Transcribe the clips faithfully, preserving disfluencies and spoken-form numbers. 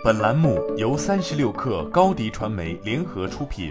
本栏目由三十六氪高迪传媒联合出品。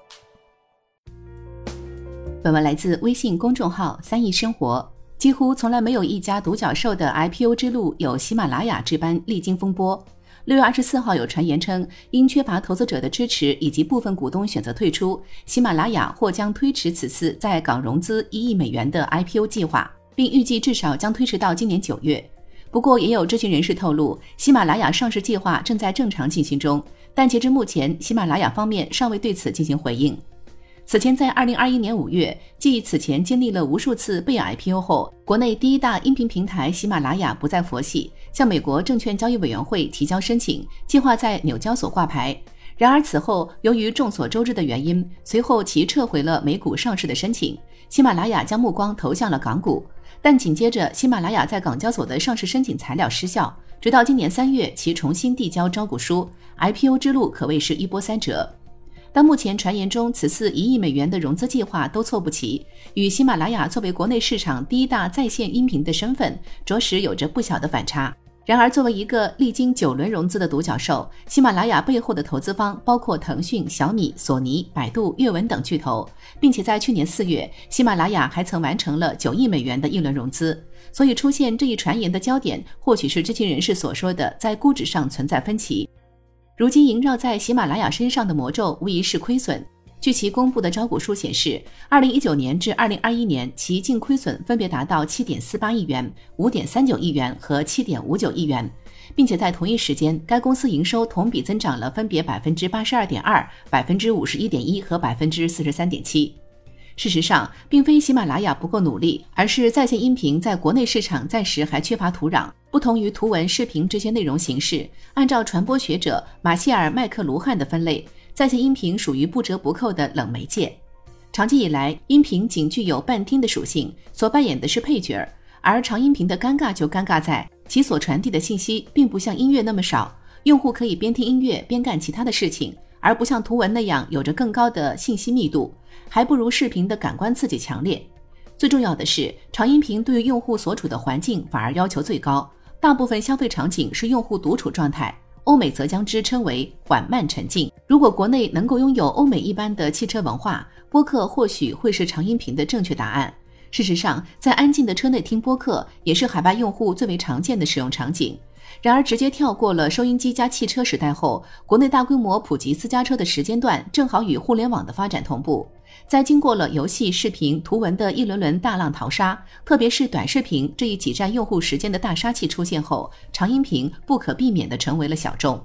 本文来自微信公众号三亿生活。几乎从来没有一家独角兽的 I P O 之路有喜马拉雅这般历经风波。六月二十四号有传言称，因缺乏投资者的支持以及部分股东选择退出，喜马拉雅或将推迟此次在港融资一亿美元的 I P O 计划，并预计至少将推迟到今年九月。不过也有知情人士透露，喜马拉雅上市计划正在正常进行中，但截至目前，喜马拉雅方面尚未对此进行回应。此前在二零二一年五月，继此前经历了无数次被 I P O 后，国内第一大音频平台喜马拉雅不再佛系，向美国证券交易委员会提交申请，计划在纽交所挂牌。然而此后由于众所周知的原因，随后其撤回了美股上市的申请，喜马拉雅将目光投向了港股。但紧接着喜马拉雅在港交所的上市申请材料失效，直到今年三月其重新递交招股书， I P O 之路可谓是一波三折。但目前传言中此次一亿美元的融资计划都凑不齐，与喜马拉雅作为国内市场第一大在线音频的身份着实有着不小的反差。然而作为一个历经九轮融资的独角兽，喜马拉雅背后的投资方包括腾讯、小米、索尼、百度、阅文等巨头，并且在去年四月，喜马拉雅还曾完成了九亿美元的一轮融资。所以出现这一传言的焦点，或许是知情人士所说的在估值上存在分歧。如今萦绕在喜马拉雅身上的魔咒无疑是亏损。据其公布的招股书显示，二零一九年至二零二一年其净亏损分别达到 七点四八亿元、五点三九亿元和 七点五九亿元，并且在同一时间，该公司营收同比增长了分别 百分之八十二点二、百分之五十一点一 和 百分之四十三点七。事实上，并非喜马拉雅不够努力，而是在线音频在国内市场暂时还缺乏土壤。不同于图文、视频这些内容形式，按照传播学者马歇尔·麦克卢汉的分类，在线音频属于不折不扣的冷媒介。长期以来，音频仅具有伴听的属性，所扮演的是配角，而长音频的尴尬就尴尬在其所传递的信息并不像音乐那么少，用户可以边听音乐边干其他的事情，而不像图文那样有着更高的信息密度，还不如视频的感官刺激强烈。最重要的是，长音频对于用户所处的环境反而要求最高，大部分消费场景是用户独处状态，欧美则将之称为缓慢沉浸。如果国内能够拥有欧美一般的汽车文化，播客或许会是长音频的正确答案。事实上，在安静的车内听播客也是海外用户最为常见的使用场景。然而直接跳过了收音机加汽车时代后，国内大规模普及私家车的时间段正好与互联网的发展同步。在经过了游戏、视频、图文的一轮轮大浪淘沙，特别是短视频这一挤占用户时间的大杀器出现后，长音频不可避免地成为了小众。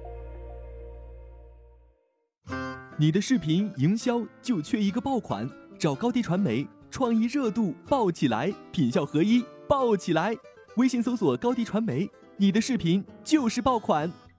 你的视频营销就缺一个爆款，找高迪传媒，创意热度爆起来，品效合一爆起来。微信搜索高迪传媒，你的视频就是爆款。